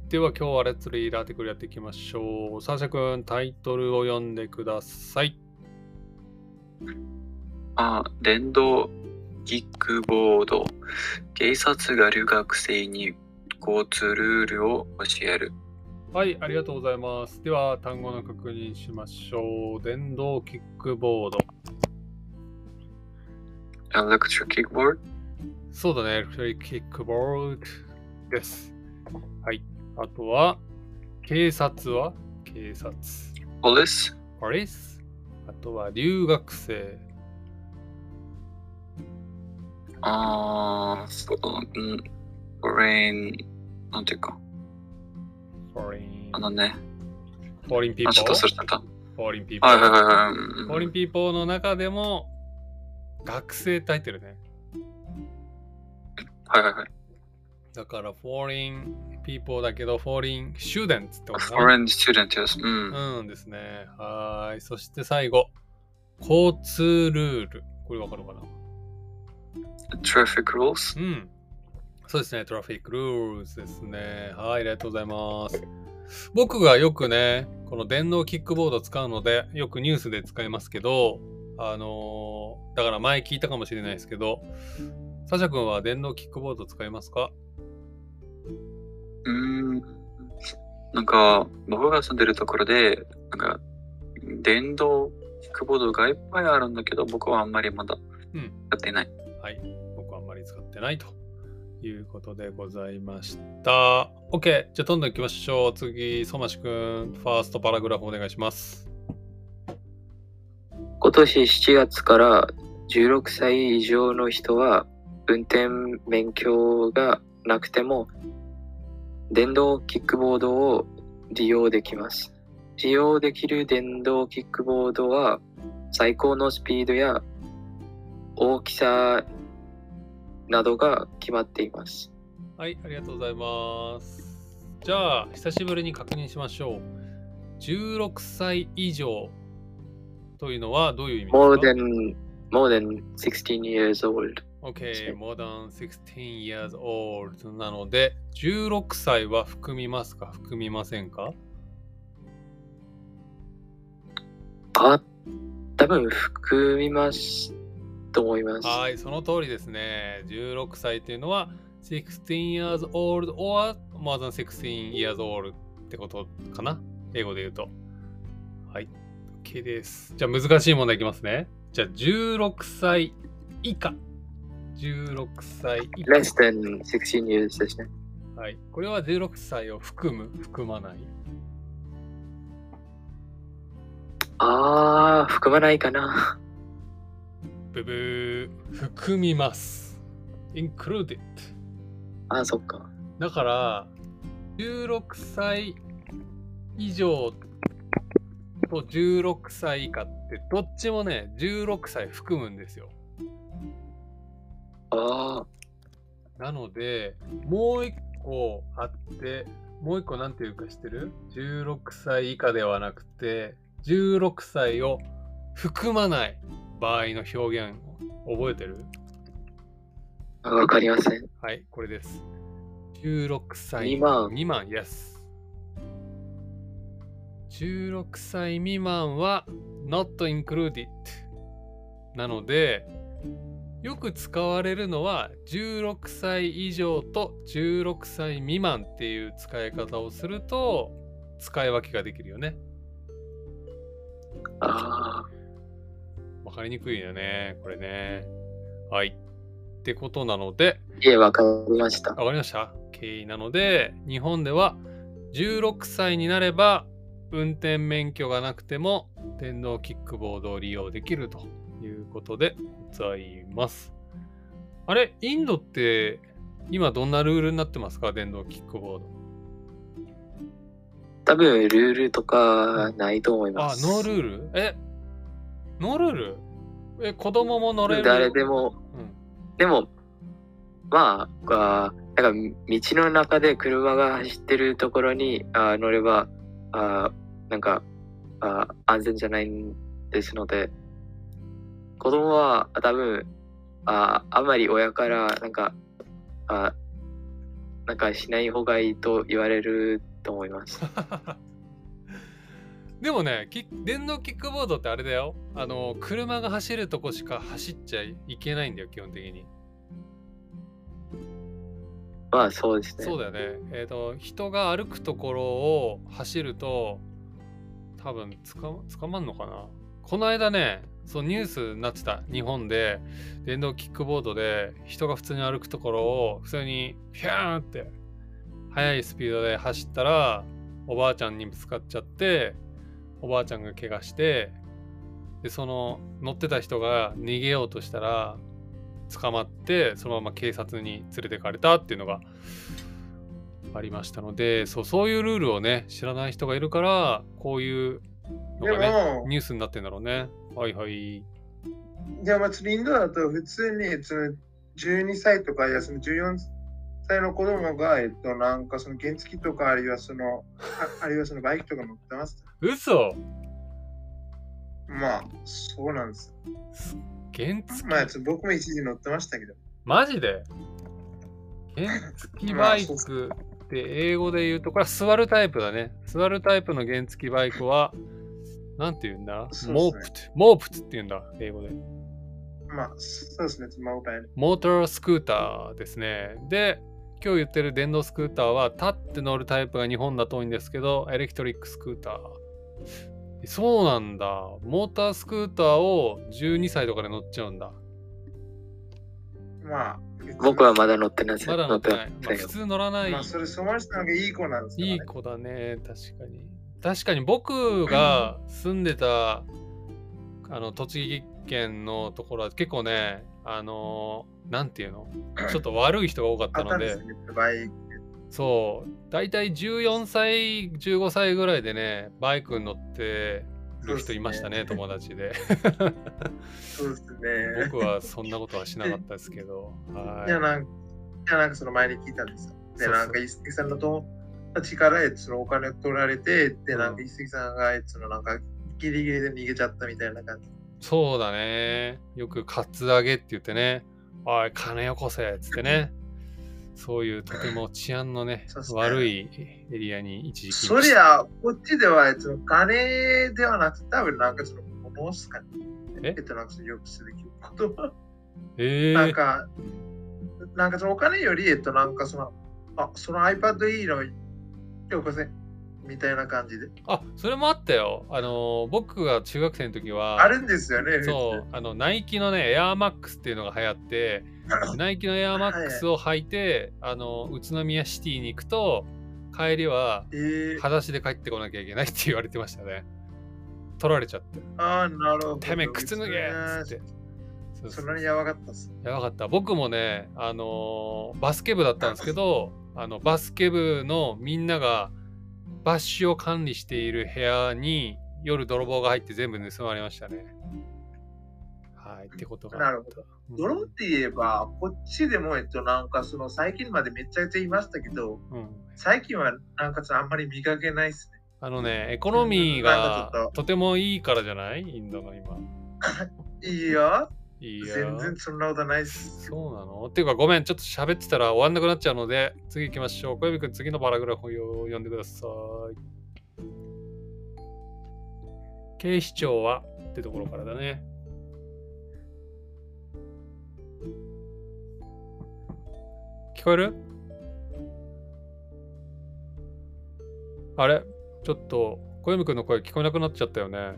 では今日はレッツリーダーテクルやっていきましょう。サーシャ君、タイトルを読んでください。 電動キックボード。警察が留学生に交通ルールを教える。 はい、ありがとうございます。では単語の確認しましょう。電動キックボード。 Electric kickboard? そうだね、エレクトリックキックボードです。はい。あとは、警察は警察。 Police? Police? あとは、留学生。 foreign なんていうか。 Foreign people? ちょっとそれちゃった。 Foreign people. はいはいはいはい。 Foreign people の中でも、学生って入ってるね。 はいはいはい。 だから、foreign people だけど、foreign students ってことかな。 foreign student, yes. うんですね。はい。そして最後、交通ルール。これわかるかな？ Traffic rules? うん。そうですね。トラフィックルールですね。はい。ありがとうございます。僕がよくね、この電動キックボードを使うので、よくニュースで使いますけど、だから前聞いたかもしれないですけど、サシャ君は電動キックボード使いますか？ なんか、僕が住んでるところで、なんか、電動キックボードがいっぱいあるんだけど、僕はあんまりまだ使ってない。 はい。僕はあんまり使ってないということでございました。OK。じゃあどんどん行きましょう。次、ソマシ君、ファーストパラグラフお願いします。 今年7月から16歳以上の人は運転免許がなくても電動キックボードを利用できます。利用できる電動キックボードは最高のスピードや大きさなどが決まっています。 はい、ありがとうございます。じゃあ、久しぶりに確認しましょう。16歳以上というのはどういう意味ですか？ more than 16 years old. Okay, more than 16 years old なので、16歳は含みますか含みませんか？ 多分含みますと思います。 はい、その通りですね。16歳というのは16 years old or more than 16 years old ってことかな？英語で言うと。はい、OK です。じゃあ難しい問題いきますね。じゃあ16歳以下。16歳以下。 less than 16 years ですね。 はい。これは16歳を含まない？ 含まないかな。 ブブー、含みます。included。 そっか。 だから、16歳以上と16歳以下ってどっちもね、16歳含むんですよ。なので、もう一個あって、もう一個なんていうか知ってる？ 16 歳以下ではなくて、16歳を含まない場合の表現を覚えてる？ わかりません。 はい、これです。16歳未満。 Yes。16歳未満は not included なので、よく使われるのは16歳以上と16歳未満っていう使い方をすると使い分けができるよね。わかりにくいよね、これね。はい。ってことなので。 わかりました。 わかりました。経緯なので、日本では16歳になれば運転免許がなくても電動キックボードを利用できるということでございます。あれ、インドって今どんなルールになってますか？電動キックボード。 多分ルールとかないと思います。 ノールール？ノールール？子供も乗れる？ 誰でも。でも、なんか道の中で車が走ってるところに乗れば、なんか安全じゃないんですので、子供は多分あんまり親からなんかなんかしない方がいいと言われると思います。 でもね、電動キックボードってあれだよ。車が走るとこしか走っちゃいけないんだよ、基本的に。 まあそうですね。 そうだよね。人が歩くところを走ると、多分捕まんのかな。この間ね、そうニュースになってた。日本で電動キックボードで人が普通に歩くところを普通にピャーンって速いスピードで走ったら、おばあちゃんにぶつかっちゃって、おばあちゃんが怪我して、でその乗ってた人が逃げようとしたら捕まって、そのまま警察に連れてかれたっていうのがありましたので、そういうルールをね知らない人がいるから、こういうのがねニュースになってんだろうね。はいはい。 でもインドだと普通にその12歳とかその14歳の子供がなんかその原付とかあるいはそのバイクとか乗ってます。 嘘。 まあそうなんです。 原付。 まあ僕も一時乗ってましたけど。 マジで？原付バイクって英語で言うと、これは座るタイプだね。座るタイプの原付バイクはなんて言うんだ？モープトって言うんだ、英語で。 まあそうですね。 モータースクーターですね。で、今日言ってる電動スクーターは立って乗るタイプが日本だと多いんですけど、エレクトリックスクーター。そうなんだ。モータースクーターを12歳とかで乗っちゃうんだ。 まあ僕はまだ乗ってない。 まだ乗ってない。普通乗らない。 まあそれその人がいい子なんですよね。 いい子だね。確かに僕が住んでた栃木県のところは結構ね、なんていうの、ちょっと悪い人が多かったので、そう、だいたい14歳、15歳ぐらいでね、バイクに乗ってる人いましたね、友達で。 そうですね。 僕はそんなことはしなかったですけど。はい。 なんかその前に聞いたんですよ。で、なんか一石さんの友達からそのお金取られて、で、なんか一石さんがそのなんかギリギリで逃げちゃったみたいな感じ。 そうだね。よくカツアゲって言ってね、おい、金よこせっつってね。そういうとても治安のね、悪いエリアに一時期。 そりゃ、こっちではその金ではなくて、多分なんかその物ですかね。なんかそのよくすることは。なんかそのお金より、なんかその iPad いいのよこせみたいな感じで。 あ、それもあったよ。僕が中学生の時は。 あるんですよね。 そう、ナイキのね、エアーマックスっていうのが流行って、ナイキのエアーマックスを履いて、宇都宮シティに行くと、帰りは、裸足で帰ってこなきゃいけないって言われてましたね。取られちゃって。 ああ、なるほど。 てめえ、靴脱げっつって。 そんなにやばかったっす。 やばかった。僕もね、バスケ部だったんですけど、バスケ部のみんなが、バッシュを管理している部屋に夜泥棒が入って全部盗まれましたね。はい、ってことが。 なるほど。泥って言えば、こっちでもなんかその最近までめちゃくちゃいましたけど、最近はなんかあんまり見かけないですね。 エコノミーがとてもいいからじゃない？インドの今。 いいよ。全然そんなことないっす。 そうなの？っていうかごめん、ちょっと喋ってたら終わんなくなっちゃうので、次行きましょう。小指くん、次のパラグラフを読んでください。警視庁はってところからだね。聞こえる？あれ？ちょっと小指くんの声聞こえなくなっちゃったよね。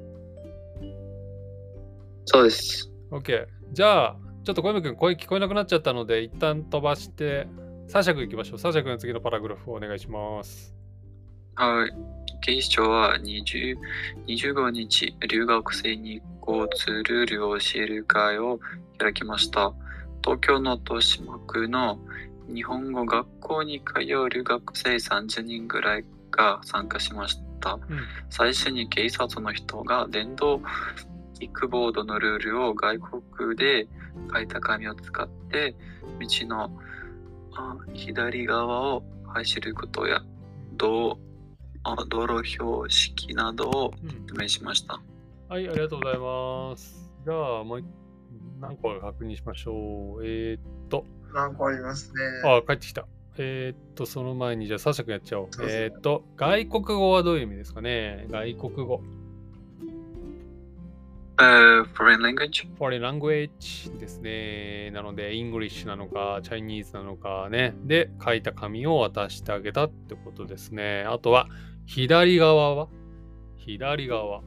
そうです。 OK。じゃあ、ちょっと小泉くん声聞こえなくなっちゃったので、一旦飛ばして、サーシャ君行きましょう。サーシャ君の次のパラグラフをお願いします。 はい。警視庁は25日、留学生に交通ルールを教える会を開きました。東京の豊島区の日本語学校に通う留学生30人ぐらいが参加しました。最初に警察の人が電動キックボードのルールを外国で書いた紙を使って道の左側を走ることや道路標識などを説明しました。 はい、ありがとうございます。じゃあもう何個か確認しましょう。 何個ありますね。 帰ってきた。 その前にじゃあサーシャ君やっちゃおう。外国語はどういう意味ですかね？外国語。 foreign language? foreign language ですね。なので、English なのか、Chinese なのかね。で、書いた紙を渡してあげたってことですね。あとは、左側は左側。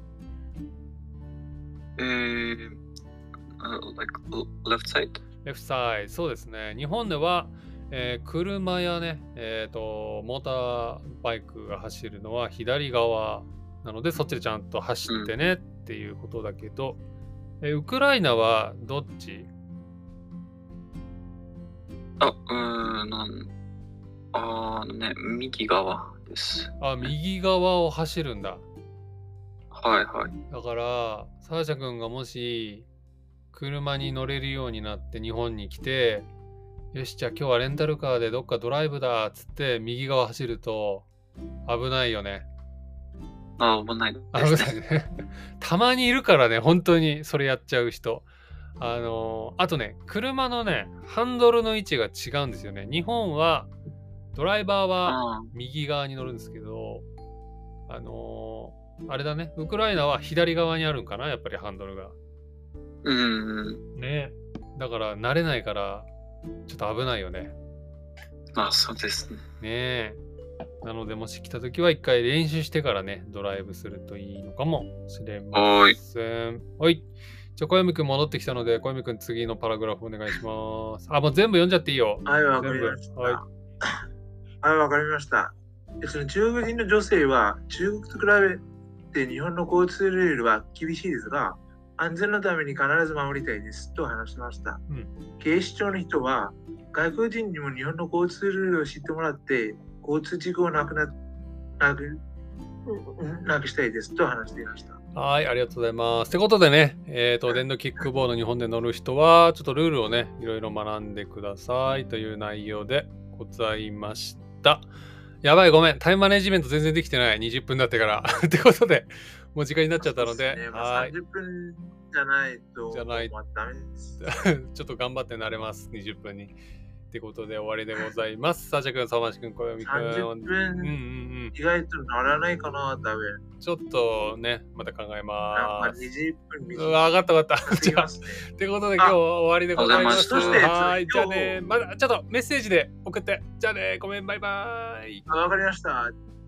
like left side? left side。そうですね。日本では、車やね、モーターバイクが走るのは左側なので、そっちでちゃんと走ってねっていうことだけど、ウクライナはどっち？ 右側です。 右側を走るんだ。 はいはい。 だから、サーシャ君がもし車に乗れるようになって日本に来て、よし、じゃあ今日はレンタルカーでどっかドライブだっつって右側走ると危ないよね。 危ないですね。 たまにいるからね、本当にそれやっちゃう人。あとね、車のね、ハンドルの位置が違うんですよね。日本はドライバーは右側に乗るんですけど、あれだね、ウクライナは左側にあるんかな、やっぱりハンドルが。ね。だから慣れないからちょっと危ないよね。 そうですね。 ねえ。なので、もし来たときは一回練習してからね、ドライブするといいのかもしれません。はい。じゃあ、小山くん戻ってきたので、小山くん次のパラグラフお願いします。もう全部読んじゃっていいよ。 はい、わかりました。はい、わかりました。その中国人の女性は中国と比べて日本の交通ルールは厳しいですが、安全のために必ず守りたいですと話しました。警視庁の人は外国人にも日本の交通ルールを知ってもらって交通事故をなくしたいですと話していました。 はい、ありがとうございます。ってことでね、電動キックボード日本で乗る人は、ちょっとルールをね、いろいろ学んでくださいという内容でございました。やばい、ごめん。タイムマネジメント全然できてない。20分だってから。ってことで、もう時間になっちゃったので。 30分じゃないとダメです。 ちょっと頑張って慣れます。20分に。ってことで終わりでございます。サーシャ君、サマシ君、小読君。 30分意外とならないかな、多分。 ちょっとね、また考えます。 20分短い。 わかったわかった。じゃあ、ってことで今日終わりでございます。はい、じゃあね、まだちょっとメッセージで送って。じゃあね、ごめん、バイバイ。 わかりました。